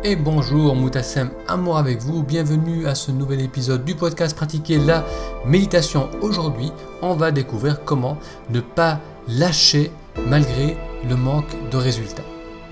Et bonjour, Moutassem Amour avec vous, bienvenue à ce nouvel épisode du podcast Pratiquer la méditation. Aujourd'hui, on va découvrir comment ne pas lâcher malgré le manque de résultats.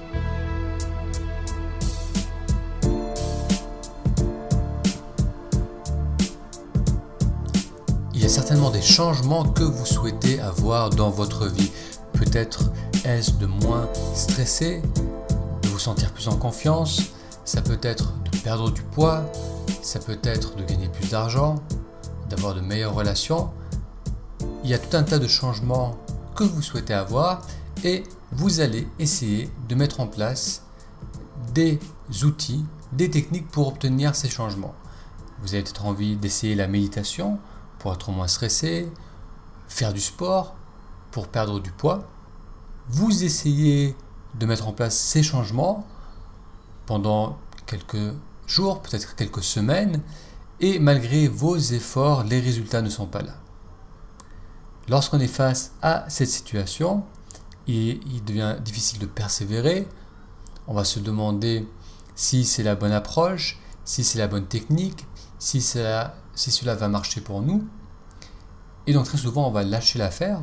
Il y a certainement des changements que vous souhaitez avoir dans votre vie. Peut-être est-ce de moins stresser, de vous sentir plus en confiance. Ça peut être de perdre du poids, ça peut être de gagner plus d'argent, d'avoir de meilleures relations. Il y a tout un tas de changements que vous souhaitez avoir et vous allez essayer de mettre en place des outils, des techniques pour obtenir ces changements. Vous avez peut-être envie d'essayer la méditation pour être moins stressé, faire du sport pour perdre du poids. Vous essayez de mettre en place ces changements pendant quelques jours, peut-être quelques semaines, et malgré vos efforts, les résultats ne sont pas là. Lorsqu'on est face à cette situation, il devient difficile de persévérer. On va se demander si c'est la bonne approche, si c'est la bonne technique, si cela va marcher pour nous. Et donc très souvent, on va lâcher l'affaire.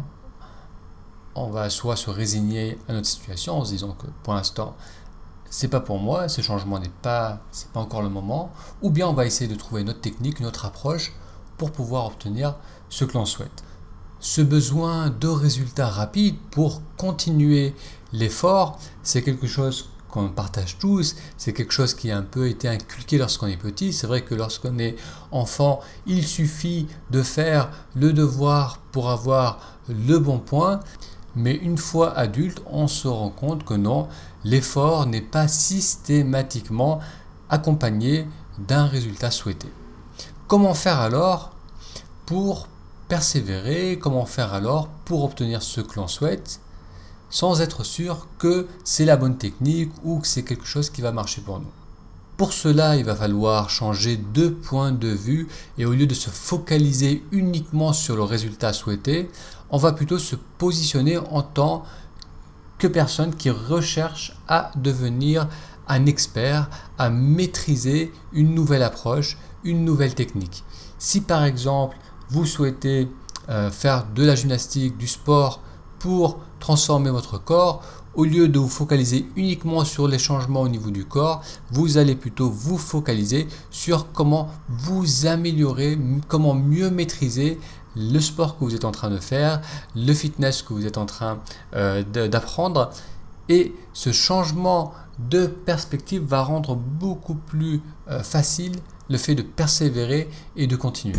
On va soit se résigner à notre situation en se disant que pour l'instant, c'est pas pour moi, ce changement c'est pas encore le moment, ou bien on va essayer de trouver une autre technique, une autre approche pour pouvoir obtenir ce que l'on souhaite. Ce besoin de résultats rapides pour continuer l'effort, c'est quelque chose qu'on partage tous, c'est quelque chose qui a un peu été inculqué lorsqu'on est petit. C'est vrai que lorsqu'on est enfant, il suffit de faire le devoir pour avoir le bon point. Mais une fois adulte, on se rend compte que non, l'effort n'est pas systématiquement accompagné d'un résultat souhaité. Comment faire alors pour persévérer? Comment faire alors pour obtenir ce que l'on souhaite sans être sûr que c'est la bonne technique ou que c'est quelque chose qui va marcher pour nous? Pour cela, il va falloir changer de point de vue et au lieu de se focaliser uniquement sur le résultat souhaité, on va plutôt se positionner en tant que personne qui recherche à devenir un expert, à maîtriser une nouvelle approche, une nouvelle technique. Si par exemple, vous souhaitez faire de la gymnastique, du sport pour transformer votre corps, au lieu de vous focaliser uniquement sur les changements au niveau du corps, vous allez plutôt vous focaliser sur comment vous améliorer, comment mieux maîtriser le sport que vous êtes en train de faire, le fitness que vous êtes en train d'apprendre. Et ce changement de perspective va rendre beaucoup plus facile le fait de persévérer et de continuer.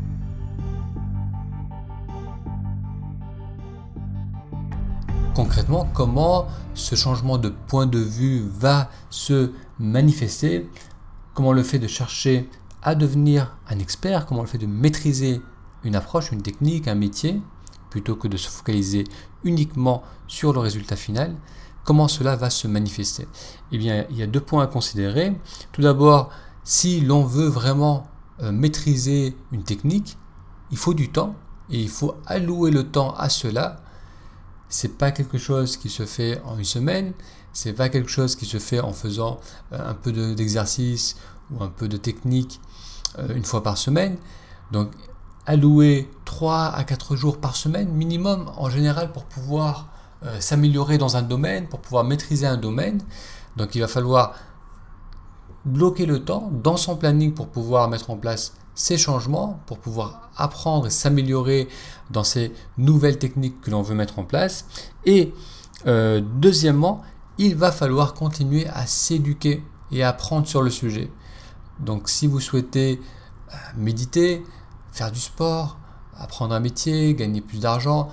Concrètement, comment ce changement de point de vue va se manifester? Comment le fait de chercher à devenir un expert, comment le fait de maîtriser une approche, une technique, un métier, plutôt que de se focaliser uniquement sur le résultat final, comment cela va se manifester? Eh bien, il y a deux points à considérer. Tout d'abord, si l'on veut vraiment maîtriser une technique, il faut du temps et il faut allouer le temps à cela. C'est pas quelque chose qui se fait en une semaine, c'est pas quelque chose qui se fait en faisant un peu d'exercice ou un peu de technique une fois par semaine. Donc allouer 3 à 4 jours par semaine minimum en général pour pouvoir s'améliorer dans un domaine, pour pouvoir maîtriser un domaine. Donc il va falloir bloquer le temps dans son planning pour pouvoir mettre en place ces changements, pour pouvoir apprendre et s'améliorer dans ces nouvelles techniques que l'on veut mettre en place. Et deuxièmement, il va falloir continuer à s'éduquer et à apprendre sur le sujet. Donc si vous souhaitez méditer, faire du sport, apprendre un métier, gagner plus d'argent,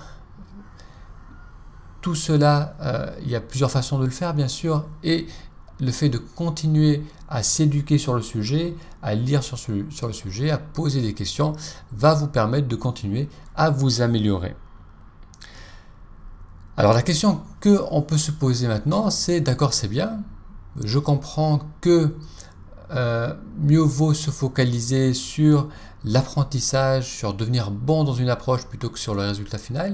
tout cela, il y a plusieurs façons de le faire bien sûr, et le fait de continuer à s'éduquer sur le sujet, à lire sur le sujet, à poser des questions, va vous permettre de continuer à vous améliorer. Alors la question qu'on peut se poser maintenant, c'est d'accord, c'est bien, je comprends que mieux vaut se focaliser sur l'apprentissage, sur devenir bon dans une approche plutôt que sur le résultat final,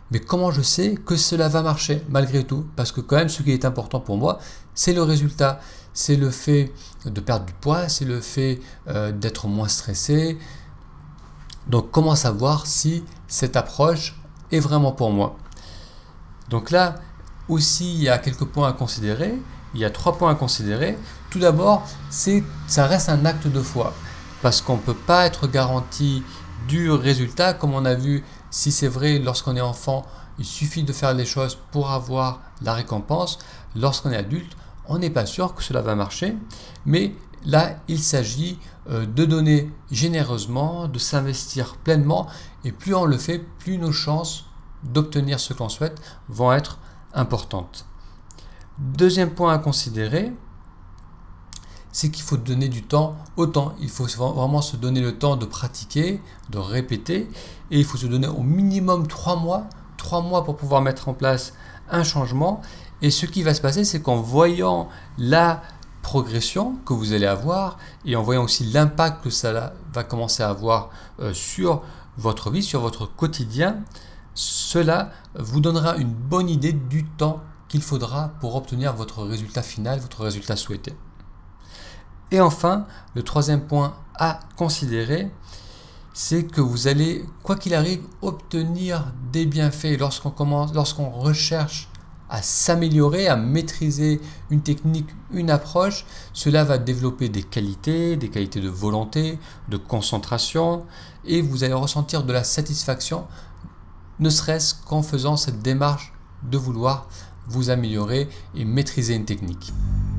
Mais comment je sais que cela va marcher malgré tout? Parce que quand même, ce qui est important pour moi, c'est le résultat. C'est le fait de perdre du poids, c'est le fait d'être moins stressé. Donc comment savoir si cette approche est vraiment pour moi? Donc là aussi, il y a quelques points à considérer. Il y a 3 points à considérer. Tout d'abord, ça reste un acte de foi. Parce qu'on ne peut pas être garanti du résultat. Comme on a vu, si c'est vrai, lorsqu'on est enfant, il suffit de faire les choses pour avoir la récompense. Lorsqu'on est adulte, on n'est pas sûr que cela va marcher. Mais là, il s'agit de donner généreusement, de s'investir pleinement. Et plus on le fait, plus nos chances d'obtenir ce qu'on souhaite vont être importantes. Deuxième point à considérer, c'est qu'il faut donner du temps au temps. Il faut vraiment se donner le temps de pratiquer, de répéter, et il faut se donner au minimum 3 mois. 3 mois pour pouvoir mettre en place un changement. Et ce qui va se passer, c'est qu'en voyant la progression que vous allez avoir, et en voyant aussi l'impact que ça va commencer à avoir sur votre vie, sur votre quotidien, cela vous donnera une bonne idée du temps qu'il faudra pour obtenir votre résultat final, votre résultat souhaité. Et enfin, le 3e point à considérer, c'est que vous allez, quoi qu'il arrive, obtenir des bienfaits lorsqu'on recherche à s'améliorer, à maîtriser une technique, une approche. Cela va développer des qualités de volonté, de concentration, et vous allez ressentir de la satisfaction, ne serait-ce qu'en faisant cette démarche de vouloir vous améliorer et maîtriser une technique.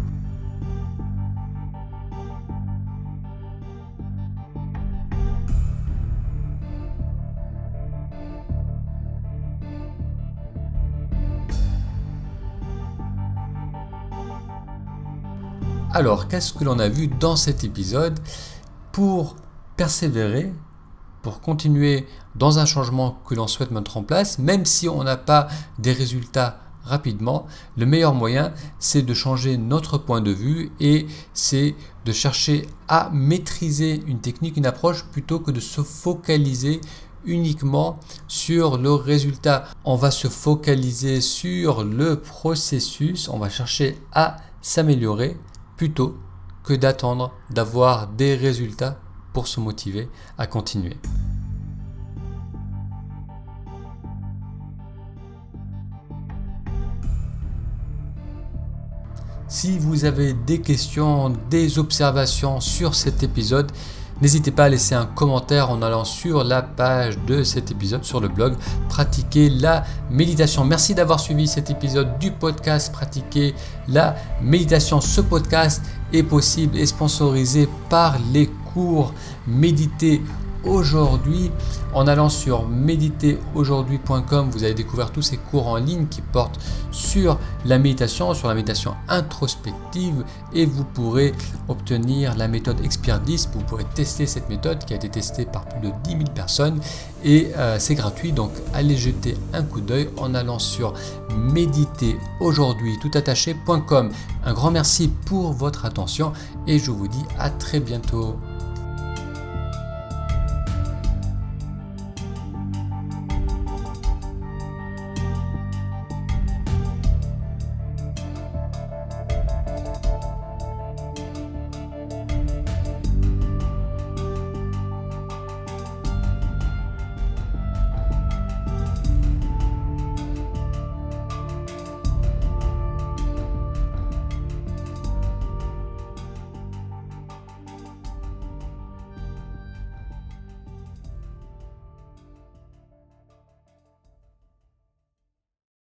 Alors, qu'est-ce que l'on a vu dans cet épisode? Pour persévérer, pour continuer dans un changement que l'on souhaite mettre en place, même si on n'a pas des résultats rapidement, le meilleur moyen, c'est de changer notre point de vue et c'est de chercher à maîtriser une technique, une approche, plutôt que de se focaliser uniquement sur le résultat. On va se focaliser sur le processus, on va chercher à s'améliorer plutôt que d'attendre d'avoir des résultats pour se motiver à continuer. Si vous avez des questions, des observations sur cet épisode, n'hésitez pas à laisser un commentaire en allant sur la page de cet épisode sur le blog Pratiquer la méditation. Merci d'avoir suivi cet épisode du podcast Pratiquer la méditation. Ce podcast est possible et sponsorisé par les cours Méditer aujourd'hui. En allant sur méditeraujourd'hui.com, vous allez découvrir tous ces cours en ligne qui portent sur la méditation introspective, et vous pourrez obtenir la méthode Expert 10. Vous pourrez tester cette méthode qui a été testée par plus de 10 000 personnes et c'est gratuit. Donc allez jeter un coup d'œil en allant sur méditeraujourd'hui.com. Un grand merci pour votre attention et je vous dis à très bientôt.